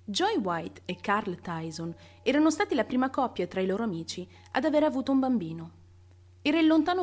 Joy White e Carl Tyson erano stati la prima coppia tra i loro amici ad aver avuto un bambino. Era il lontano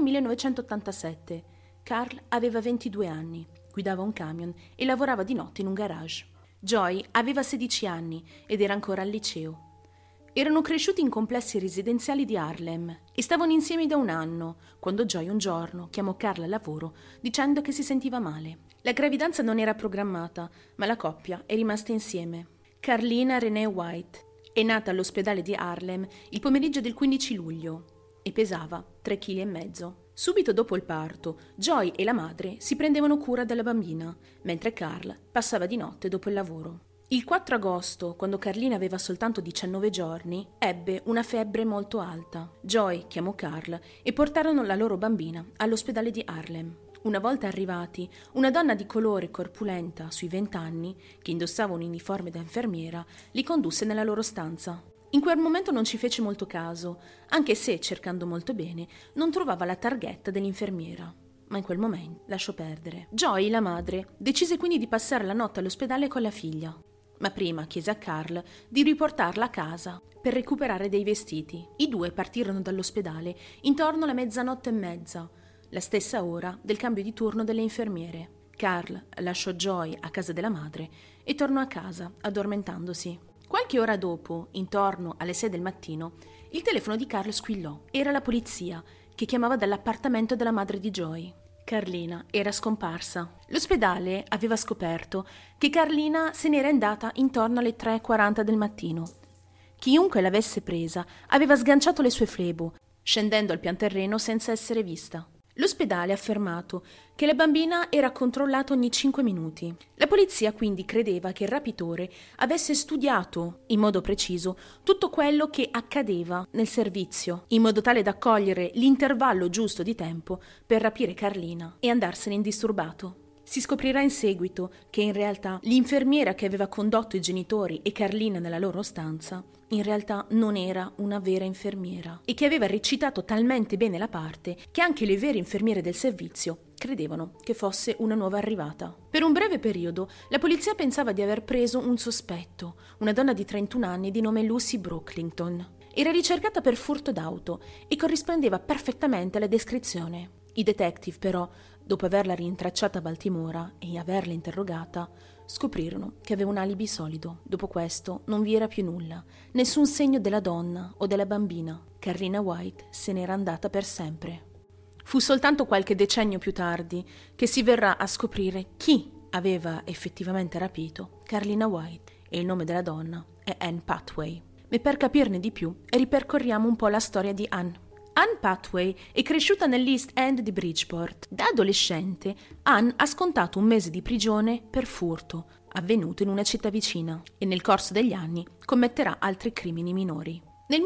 1987. Carl aveva 22 anni, guidava un camion e lavorava di notte in un garage. Joy aveva 16 anni ed era ancora al liceo. Erano cresciuti in complessi residenziali di Harlem e stavano insieme da un anno, quando Joy un giorno chiamò Carl al lavoro dicendo che si sentiva male. La gravidanza non era programmata, ma la coppia è rimasta insieme. Carlina Renee White è nata all'ospedale di Harlem il pomeriggio del 15 luglio e pesava 3,5 kg. Subito dopo il parto, Joy e la madre si prendevano cura della bambina, mentre Carl passava di notte dopo il lavoro. Il 4 agosto, quando Carlina aveva soltanto 19 giorni, ebbe una febbre molto alta. Joy chiamò Carl e portarono la loro bambina all'ospedale di Harlem. Una volta arrivati, una donna di colore corpulenta, sui 20 anni, che indossava un uniforme da infermiera, li condusse nella loro stanza. In quel momento non ci fece molto caso, anche se, cercando molto bene, non trovava la targhetta dell'infermiera. Ma in quel momento lasciò perdere. Joy, la madre, decise quindi di passare la notte all'ospedale con la figlia. Ma prima chiese a Carl di riportarla a casa per recuperare dei vestiti. I due partirono dall'ospedale intorno alla 00:30, la stessa ora del cambio di turno delle infermiere. Carl lasciò Joy a casa della madre e tornò a casa, addormentandosi. Qualche ora dopo, intorno alle 6 del mattino, il telefono di Carl squillò. Era la polizia, che chiamava dall'appartamento della madre di Joy. Carlina era scomparsa. L'ospedale aveva scoperto che Carlina se n'era andata intorno alle 3:40 del mattino. Chiunque l'avesse presa aveva sganciato le sue flebo, scendendo al pian terreno senza essere vista. L'ospedale ha affermato che la bambina era controllata ogni 5 minuti. La polizia quindi credeva che il rapitore avesse studiato in modo preciso tutto quello che accadeva nel servizio, in modo tale da cogliere l'intervallo giusto di tempo per rapire Carlina e andarsene indisturbato. Si scoprirà in seguito che in realtà l'infermiera che aveva condotto i genitori e Carlina nella loro stanza in realtà non era una vera infermiera e che aveva recitato talmente bene la parte che anche le vere infermiere del servizio credevano che fosse una nuova arrivata. Per un breve periodo la polizia pensava di aver preso un sospetto, una donna di 31 anni di nome Lucy Brooklington. Era ricercata per furto d'auto e corrispondeva perfettamente alla descrizione. I detective però, dopo averla rintracciata a Baltimora e averla interrogata, scoprirono che aveva un alibi solido. Dopo questo non vi era più nulla, nessun segno della donna o della bambina. Carlina White se n'era andata per sempre. Fu soltanto qualche decennio più tardi che si verrà a scoprire chi aveva effettivamente rapito Carlina White e il nome della donna è Anne Pathway. E per capirne di più ripercorriamo un po' la storia di Anne. Anne Pathway è cresciuta nell'East End di Bridgeport. Da adolescente, Anne ha scontato un mese di prigione per furto, avvenuto in una città vicina, e nel corso degli anni commetterà altri crimini minori. Nel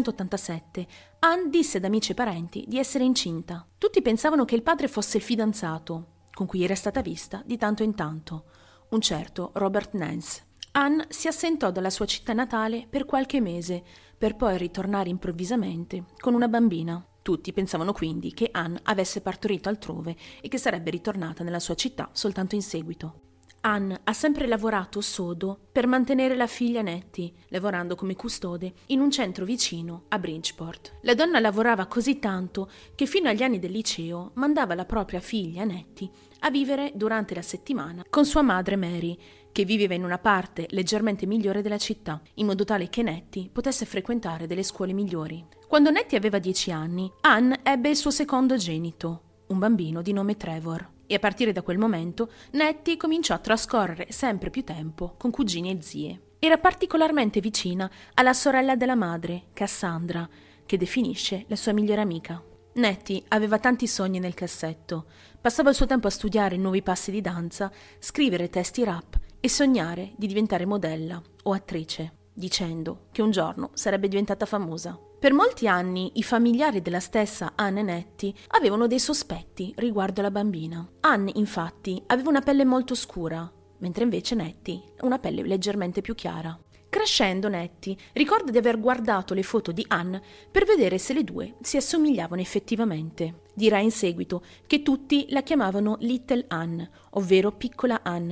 1987, Anne disse ad amici e parenti di essere incinta. Tutti pensavano che il padre fosse il fidanzato, con cui era stata vista di tanto in tanto, un certo Robert Nance. Anne si assentò dalla sua città natale per qualche mese, per poi ritornare improvvisamente con una bambina. Tutti pensavano quindi che Anne avesse partorito altrove e che sarebbe ritornata nella sua città soltanto in seguito. Anne ha sempre lavorato sodo per mantenere la figlia Nettie, lavorando come custode in un centro vicino a Bridgeport. La donna lavorava così tanto che fino agli anni del liceo mandava la propria figlia Nettie a vivere durante la settimana con sua madre Mary, che viveva in una parte leggermente migliore della città, in modo tale che Nettie potesse frequentare delle scuole migliori. Quando Nettie aveva 10 anni, Anne ebbe il suo secondogenito, un bambino di nome Trevor. E a partire da quel momento Nettie cominciò a trascorrere sempre più tempo con cugini e zie. Era particolarmente vicina alla sorella della madre, Cassandra, che definisce la sua migliore amica. Nettie aveva tanti sogni nel cassetto. Passava il suo tempo a studiare nuovi passi di danza, scrivere testi rap e sognare di diventare modella o attrice, dicendo che un giorno sarebbe diventata famosa. Per molti anni i familiari della stessa Anne e Nettie avevano dei sospetti riguardo alla bambina. Anne, infatti, aveva una pelle molto scura, mentre invece Nettie una pelle leggermente più chiara. Crescendo, Nettie ricorda di aver guardato le foto di Anne per vedere se le due si assomigliavano effettivamente. Dirà in seguito che tutti la chiamavano Little Anne, ovvero piccola Anne,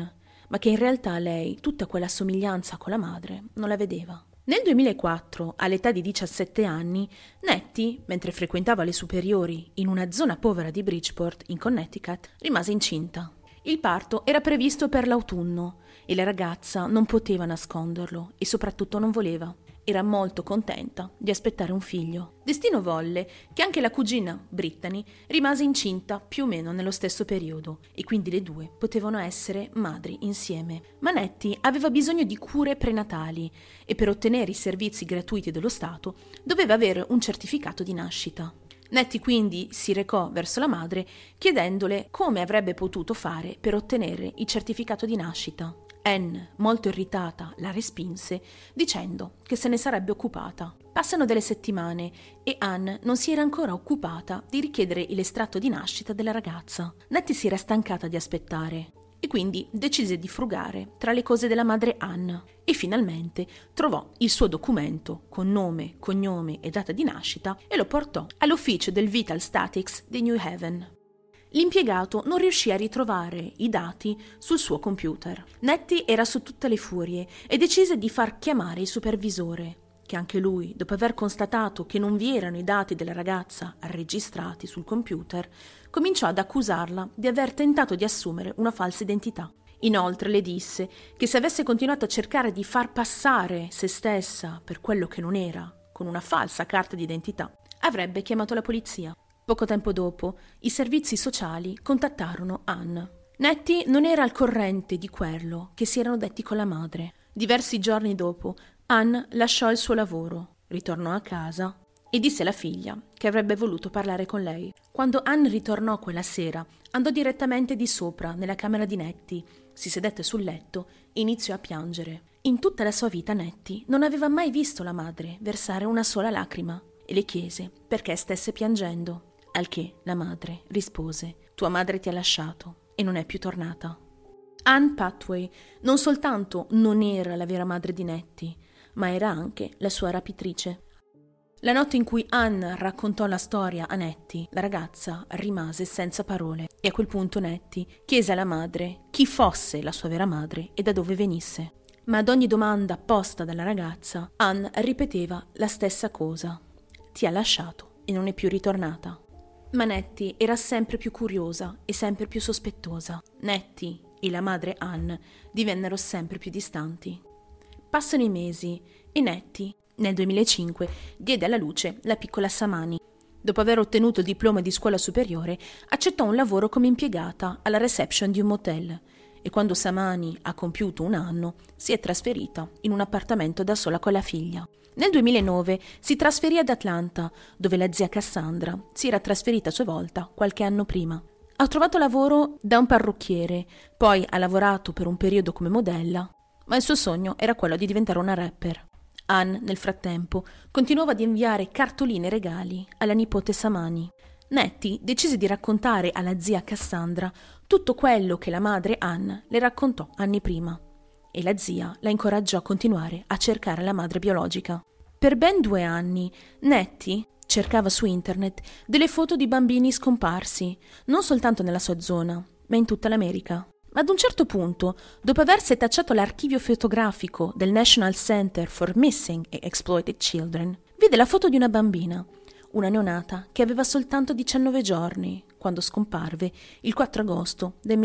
ma che in realtà lei tutta quella somiglianza con la madre non la vedeva. Nel 2004, all'età di 17 anni, Nettie, mentre frequentava le superiori in una zona povera di Bridgeport, in Connecticut, rimase incinta. Il parto era previsto per l'autunno e la ragazza non poteva nasconderlo e soprattutto non voleva. Era molto contenta di aspettare un figlio. Destino volle che anche la cugina, Brittany, rimase incinta più o meno nello stesso periodo e quindi le due potevano essere madri insieme. Ma Nettie aveva bisogno di cure prenatali e per ottenere i servizi gratuiti dello Stato doveva avere un certificato di nascita. Nettie quindi si recò verso la madre chiedendole come avrebbe potuto fare per ottenere il certificato di nascita. Anne, molto irritata, la respinse, dicendo che se ne sarebbe occupata. Passano delle settimane e Anne non si era ancora occupata di richiedere l'estratto di nascita della ragazza. Nettie si era stancata di aspettare e quindi decise di frugare tra le cose della madre Anne e finalmente trovò il suo documento con nome, cognome e data di nascita e lo portò all'ufficio del Vital Statics di New Haven. L'impiegato non riuscì a ritrovare i dati sul suo computer. Nettie era su tutte le furie e decise di far chiamare il supervisore, che anche lui, dopo aver constatato che non vi erano i dati della ragazza registrati sul computer, cominciò ad accusarla di aver tentato di assumere una falsa identità. Inoltre le disse che se avesse continuato a cercare di far passare se stessa per quello che non era, con una falsa carta d'identità, avrebbe chiamato la polizia. Poco tempo dopo, i servizi sociali contattarono Anne. Nettie non era al corrente di quello che si erano detti con la madre. Diversi giorni dopo, Anne lasciò il suo lavoro, ritornò a casa e disse alla figlia che avrebbe voluto parlare con lei. Quando Anne ritornò quella sera, andò direttamente di sopra nella camera di Nettie, si sedette sul letto e iniziò a piangere. In tutta la sua vita Nettie non aveva mai visto la madre versare una sola lacrima e le chiese perché stesse piangendo. Al che la madre rispose: «Tua madre ti ha lasciato e non è più tornata». Anne Pathway non soltanto non era la vera madre di Nettie, ma era anche la sua rapitrice. La notte in cui Anne raccontò la storia a Nettie, la ragazza rimase senza parole e a quel punto Nettie chiese alla madre chi fosse la sua vera madre e da dove venisse. Ma ad ogni domanda posta dalla ragazza, Anne ripeteva la stessa cosa: «Ti ha lasciato e non è più ritornata». Ma Nettie era sempre più curiosa e sempre più sospettosa. Nettie e la madre Anne divennero sempre più distanti. Passano i mesi e Nettie, nel 2005, diede alla luce la piccola Samani. Dopo aver ottenuto il diploma di scuola superiore, accettò un lavoro come impiegata alla reception di un motel e quando Samani ha compiuto 1 anno si è trasferita in un appartamento da sola con la figlia. Nel 2009 si trasferì ad Atlanta, dove la zia Cassandra si era trasferita a sua volta qualche anno prima. Ha trovato lavoro da un parrucchiere, poi ha lavorato per un periodo come modella, ma il suo sogno era quello di diventare una rapper. Anne, nel frattempo, continuava ad inviare cartoline e regali alla nipote Samani. Nettie decise di raccontare alla zia Cassandra tutto quello che la madre Anne le raccontò anni prima. E la zia la incoraggiò a continuare a cercare la madre biologica. Per ben 2 anni, Nettie cercava su internet delle foto di bambini scomparsi, non soltanto nella sua zona, ma in tutta l'America. Ma ad un certo punto, dopo aver setacciato l'archivio fotografico del National Center for Missing and Exploited Children, vide la foto di una bambina, una neonata che aveva soltanto 19 giorni, quando scomparve il 4 agosto del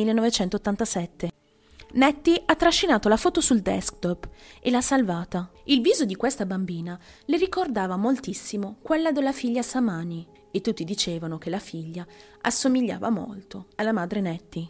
1987. Nettie ha trascinato la foto sul desktop e l'ha salvata. Il viso di questa bambina le ricordava moltissimo quella della figlia Samani e tutti dicevano che la figlia assomigliava molto alla madre Nettie.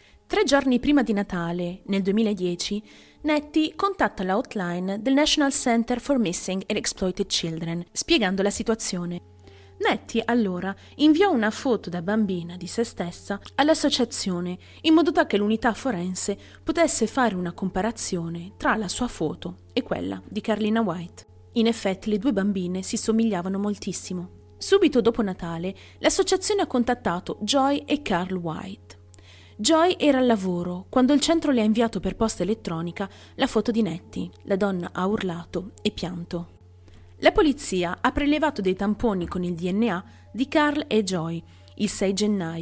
3 giorni prima di Natale, nel 2010, Nettie contatta la hotline del National Center for Missing and Exploited Children, spiegando la situazione. Nettie allora inviò una foto da bambina di se stessa all'associazione in modo da che l'unità forense potesse fare una comparazione tra la sua foto e quella di Carlina White. In effetti le 2 bambine si somigliavano moltissimo. Subito dopo Natale l'associazione ha contattato Joy e Carl White. Joy era al lavoro quando il centro le ha inviato per posta elettronica la foto di Nettie. La donna ha urlato e pianto. La polizia ha prelevato dei tamponi con il DNA di Carl e Joy il 6 gennaio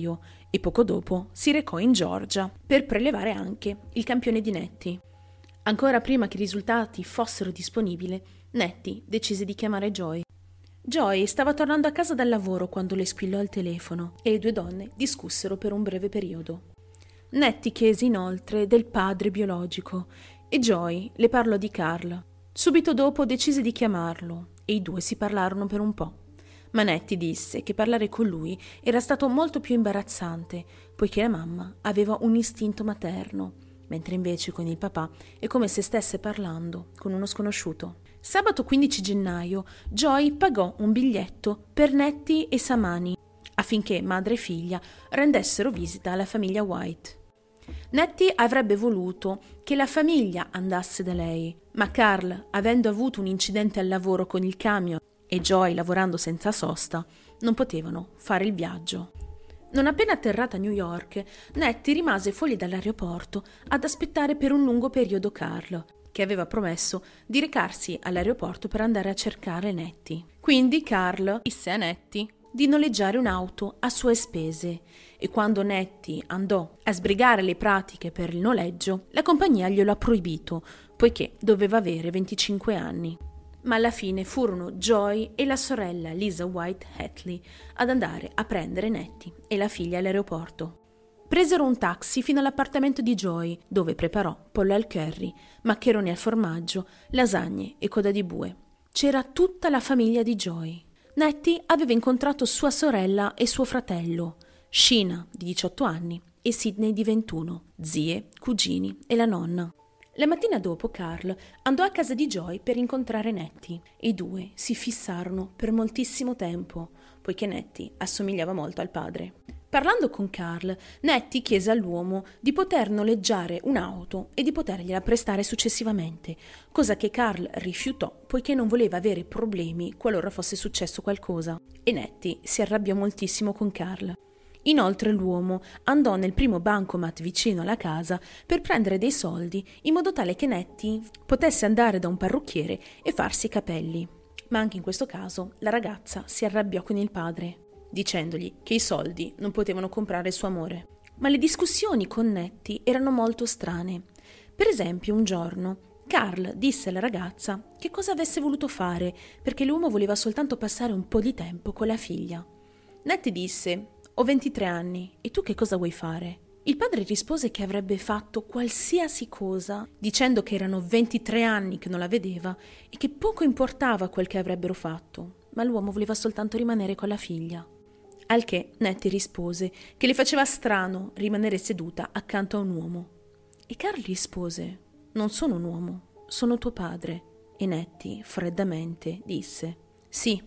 e poco dopo si recò in Georgia per prelevare anche il campione di Nettie. Ancora prima che i risultati fossero disponibili, Nettie decise di chiamare Joy. Joy stava tornando a casa dal lavoro quando le squillò il telefono e le due donne discussero per un breve periodo. Nettie chiese inoltre del padre biologico e Joy le parlò di Carl. Subito dopo decise di chiamarlo e i due si parlarono per un po'. Ma Nettie disse che parlare con lui era stato molto più imbarazzante, poiché la mamma aveva un istinto materno, mentre invece con il papà è come se stesse parlando con uno sconosciuto. Sabato 15 gennaio Joy pagò un biglietto per Nettie e Samani affinché madre e figlia rendessero visita alla famiglia White. Nettie avrebbe voluto che la famiglia andasse da lei, ma Carl, avendo avuto un incidente al lavoro con il camion e Joy lavorando senza sosta, non potevano fare il viaggio. Non appena atterrata a New York, Nettie rimase fuori dall'aeroporto ad aspettare per un lungo periodo Carl, che aveva promesso di recarsi all'aeroporto per andare a cercare Nettie. Quindi Carl disse a Nettie di noleggiare un'auto a sue spese e quando Nettie andò a sbrigare le pratiche per il noleggio, la compagnia glielo ha proibito, poiché doveva avere 25 anni. Ma alla fine furono Joy e la sorella Lisa White Hatley ad andare a prendere Nettie e la figlia all'aeroporto. Presero un taxi fino all'appartamento di Joy, dove preparò pollo al curry, maccheroni al formaggio, lasagne e coda di bue. C'era tutta la famiglia di Joy. Nettie aveva incontrato sua sorella e suo fratello, Sheena di 18 anni e Sidney di 21, zie, cugini e la nonna. La mattina dopo Carl andò a casa di Joy per incontrare Nettie e i due si fissarono per moltissimo tempo, poiché Nettie assomigliava molto al padre. Parlando con Carl, Nettie chiese all'uomo di poter noleggiare un'auto e di potergliela prestare successivamente, cosa che Carl rifiutò poiché non voleva avere problemi qualora fosse successo qualcosa, e Nettie si arrabbiò moltissimo con Carl. Inoltre l'uomo andò nel primo bancomat vicino alla casa per prendere dei soldi in modo tale che Nettie potesse andare da un parrucchiere e farsi i capelli. Ma anche in questo caso la ragazza si arrabbiò con il padre, dicendogli che i soldi non potevano comprare il suo amore. Ma le discussioni con Nettie erano molto strane. Per esempio, un giorno Carl disse alla ragazza che cosa avesse voluto fare perché l'uomo voleva soltanto passare un po' di tempo con la figlia. Nettie disse: «Ho 23 anni, e tu che cosa vuoi fare?» Il padre rispose che avrebbe fatto qualsiasi cosa, dicendo che erano 23 anni che non la vedeva e che poco importava quel che avrebbero fatto, ma l'uomo voleva soltanto rimanere con la figlia. Al che Nettie rispose che le faceva strano rimanere seduta accanto a un uomo. E Carl rispose: «Non sono un uomo, sono tuo padre». E Nettie freddamente disse: «Sì,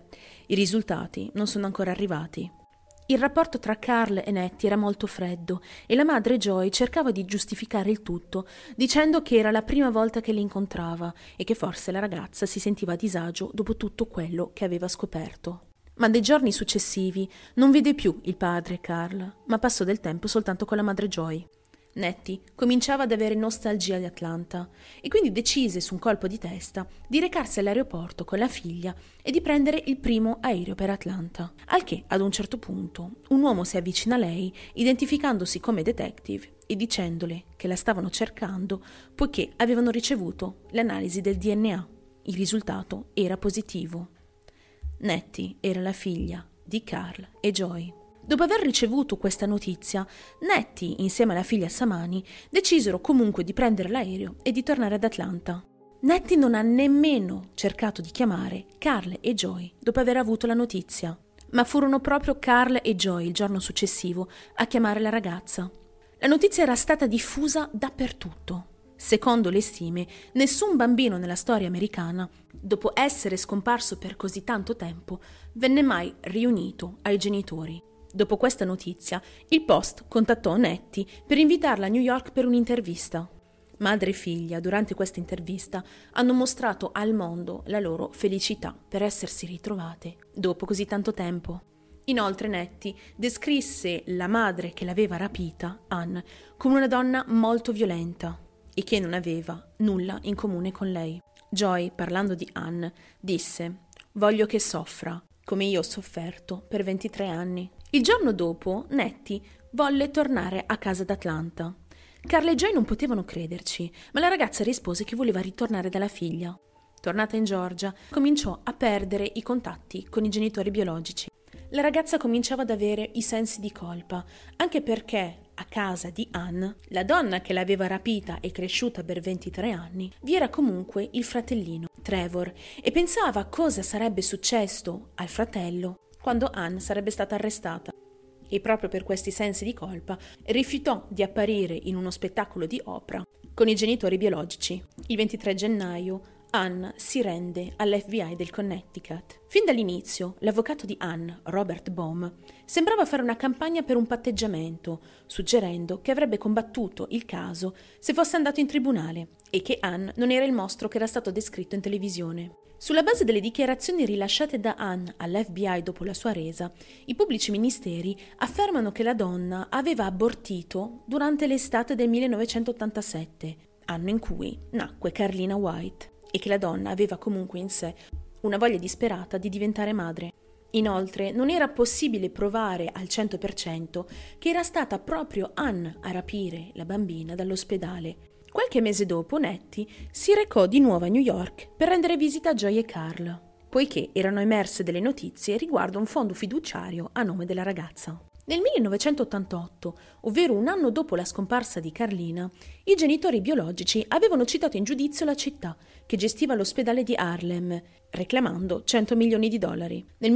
i risultati non sono ancora arrivati». Il rapporto tra Carl e Nettie era molto freddo e la madre Joy cercava di giustificare il tutto dicendo che era la prima volta che li incontrava e che forse la ragazza si sentiva a disagio dopo tutto quello che aveva scoperto. Ma nei giorni successivi non vide più il padre Carl, ma passò del tempo soltanto con la madre Joy. Nettie cominciava ad avere nostalgia di Atlanta e quindi decise su un colpo di testa di recarsi all'aeroporto con la figlia e di prendere il primo aereo per Atlanta. Al che, ad un certo punto, un uomo si avvicina a lei identificandosi come detective e dicendole che la stavano cercando poiché avevano ricevuto l'analisi del DNA. Il risultato era positivo. Nettie era la figlia di Carl e Joy. Dopo aver ricevuto questa notizia, Nettie, insieme alla figlia Samani, decisero comunque di prendere l'aereo e di tornare ad Atlanta. Nettie non ha nemmeno cercato di chiamare Carl e Joy dopo aver avuto la notizia, ma furono proprio Carl e Joy il giorno successivo a chiamare la ragazza. La notizia era stata diffusa dappertutto. Secondo le stime, nessun bambino nella storia americana, dopo essere scomparso per così tanto tempo, venne mai riunito ai genitori. Dopo questa notizia, il Post contattò Nettie per invitarla a New York per un'intervista. Madre e figlia, durante questa intervista, hanno mostrato al mondo la loro felicità per essersi ritrovate dopo così tanto tempo. Inoltre Nettie descrisse la madre che l'aveva rapita, Ann, come una donna molto violenta e che non aveva nulla in comune con lei. Joy, parlando di Ann, disse: «Voglio che soffra, come io ho sofferto per 23 anni. Il giorno dopo, Nettie volle tornare a casa d'Atlanta. Carl e Joy non potevano crederci, ma la ragazza rispose che voleva ritornare dalla figlia. Tornata in Georgia, cominciò a perdere i contatti con i genitori biologici. La ragazza cominciava ad avere i sensi di colpa, anche perché a casa di Anne, la donna che l'aveva rapita e cresciuta per 23 anni, vi era comunque il fratellino, Trevor, e pensava a cosa sarebbe successo al fratello quando Anne sarebbe stata arrestata. E proprio per questi sensi di colpa rifiutò di apparire in uno spettacolo di Oprah con i genitori biologici. Il 23 gennaio Anne si rende all'FBI del Connecticut. Fin dall'inizio, l'avvocato di Anne, Robert Baum, sembrava fare una campagna per un patteggiamento, suggerendo che avrebbe combattuto il caso se fosse andato in tribunale e che Anne non era il mostro che era stato descritto in televisione. Sulla base delle dichiarazioni rilasciate da Anne all'FBI dopo la sua resa, i pubblici ministeri affermano che la donna aveva abortito durante l'estate del 1987, anno in cui nacque Carlina White, e che la donna aveva comunque in sé una voglia disperata di diventare madre. Inoltre, non era possibile provare al 100% che era stata proprio Anne a rapire la bambina dall'ospedale. Qualche mese dopo, Nettie si recò di nuovo a New York per rendere visita a Joy e Carl, poiché erano emerse delle notizie riguardo un fondo fiduciario a nome della ragazza. Nel 1988, ovvero un anno dopo la scomparsa di Carlina, i genitori biologici avevano citato in giudizio la città che gestiva l'ospedale di Harlem, reclamando $100 milioni. Nel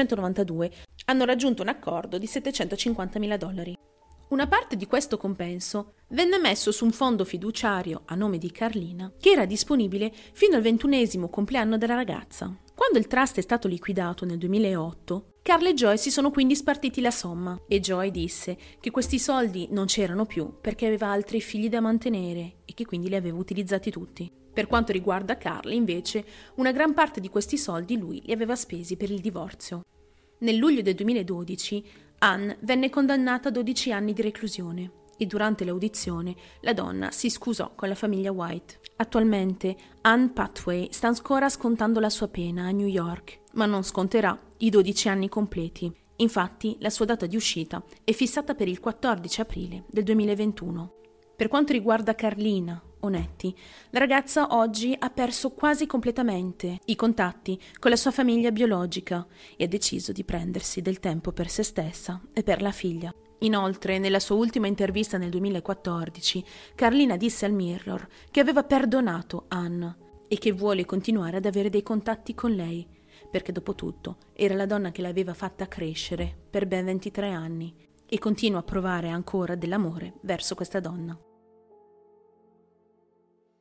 1992 hanno raggiunto un accordo di $750.000. Una parte di questo compenso venne messo su un fondo fiduciario a nome di Carlina, che era disponibile fino al 21° compleanno della ragazza. Quando il trust è stato liquidato nel 2008, Carl e Joy si sono quindi spartiti la somma e Joy disse che questi soldi non c'erano più perché aveva altri figli da mantenere e che quindi li aveva utilizzati tutti. Per quanto riguarda Carl, invece, una gran parte di questi soldi lui li aveva spesi per il divorzio. Nel luglio del 2012 Anne venne condannata a 12 anni di reclusione e durante l'audizione la donna si scusò con la famiglia White. Attualmente Anne Pathway sta ancora scontando la sua pena a New York, ma non sconterà i 12 anni completi. Infatti la sua data di uscita è fissata per il 14 aprile del 2021. Per quanto riguarda Carlina o Nettie, la ragazza oggi ha perso quasi completamente i contatti con la sua famiglia biologica e ha deciso di prendersi del tempo per se stessa e per la figlia. Inoltre, nella sua ultima intervista nel 2014, Carlina disse al Mirror che aveva perdonato Anne e che vuole continuare ad avere dei contatti con lei, perché dopo tutto era la donna che l'aveva fatta crescere per ben 23 anni e continua a provare ancora dell'amore verso questa donna.